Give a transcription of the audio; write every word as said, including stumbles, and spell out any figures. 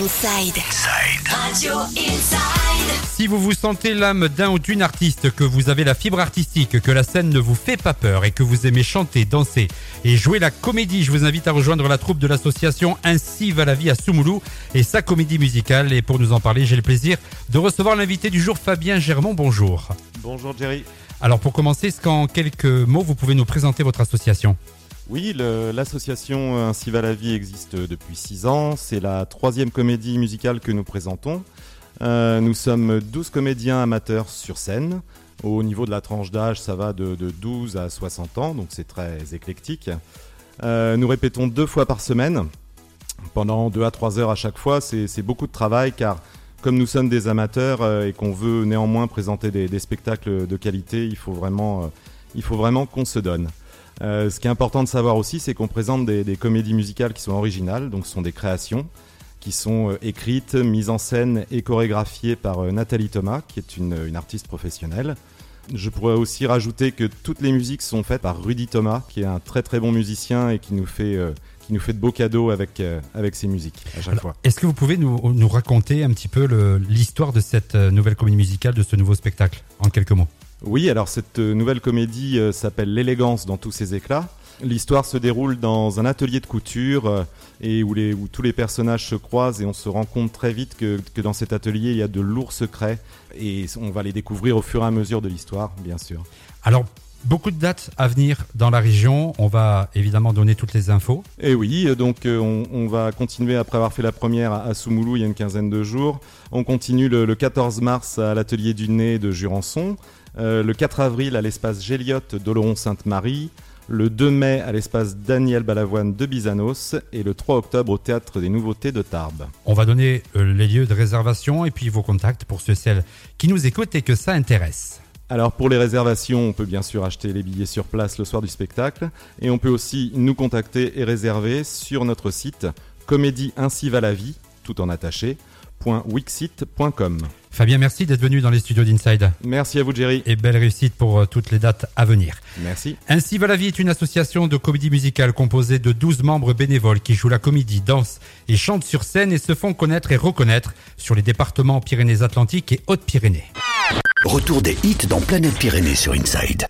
Inside. Inside. Radio Inside. Si vous vous sentez l'âme d'un ou d'une artiste, que vous avez la fibre artistique, que la scène ne vous fait pas peur et que vous aimez chanter, danser et jouer la comédie, je vous invite à rejoindre la troupe de l'association Ainsi va la vie à Soumoulou et sa comédie musicale. Et pour nous en parler, j'ai le plaisir de recevoir l'invité du jour, Fabien Germont. Bonjour. Bonjour Jerry. Alors pour commencer, est-ce qu'en quelques mots, vous pouvez nous présenter votre association ? Oui, le, l'association Ainsi va la vie existe depuis six ans. C'est la troisième comédie musicale que nous présentons. Euh, nous sommes douze comédiens amateurs sur scène. Au niveau de la tranche d'âge, ça va de, de douze à soixante ans, donc c'est très éclectique. Euh, nous répétons deux fois par semaine, pendant deux à trois heures à chaque fois. C'est, c'est beaucoup de travail car comme nous sommes des amateurs euh, et qu'on veut néanmoins présenter des, des spectacles de qualité, il faut vraiment, euh, il faut vraiment qu'on se donne. Euh, ce qui est important de savoir aussi, c'est qu'on présente des, des comédies musicales qui sont originales, donc ce sont des créations qui sont euh, écrites, mises en scène et chorégraphiées par euh, Nathalie Thomas, qui est une, une artiste professionnelle. Je pourrais aussi rajouter que toutes les musiques sont faites par Rudy Thomas, qui est un très très bon musicien et qui nous fait, euh, qui nous fait de beaux cadeaux avec, euh, avec ses musiques à chaque Alors, fois. Est-ce que vous pouvez nous, nous raconter un petit peu le, l'histoire de cette nouvelle comédie musicale, de ce nouveau spectacle, en quelques mots ? Oui, alors cette nouvelle comédie euh, s'appelle L'élégance dans tous ses éclats. L'histoire se déroule dans un atelier de couture euh, et où, les, où tous les personnages se croisent et on se rend compte très vite que, que dans cet atelier, il y a de lourds secrets et on va les découvrir au fur et à mesure de l'histoire, bien sûr. Alors, beaucoup de dates à venir dans la région. On va évidemment donner toutes les infos. Et oui, donc euh, on, on va continuer après avoir fait la première à, à Soumoulou il y a une quinzaine de jours. On continue le, le quatorze mars à l'atelier du Nez de Jurançon. Euh, le quatre avril à l'espace Géliotte d'Oloron-Sainte-Marie, le deux mai à l'espace Daniel Balavoine de Bizanos et le trois octobre au Théâtre des Nouveautés de Tarbes. On va donner euh, les lieux de réservation et puis vos contacts pour ceux et celles qui nous écoutent et que ça intéresse. Alors pour les réservations, on peut bien sûr acheter les billets sur place le soir du spectacle et on peut aussi nous contacter et réserver sur notre site comédie ainsi va la vie, tout en attaché, .wixit point com. Fabien, merci d'être venu dans les studios d'Inside. Merci à vous Jerry. Et belle réussite pour euh, toutes les dates à venir. Merci. Ainsi va la vie est une association de comédie musicale composée de douze membres bénévoles qui jouent la comédie, dansent et chantent sur scène et se font connaître et reconnaître sur les départements Pyrénées-Atlantiques et Hautes-Pyrénées. Retour des hits dans Planète Pyrénées sur Inside.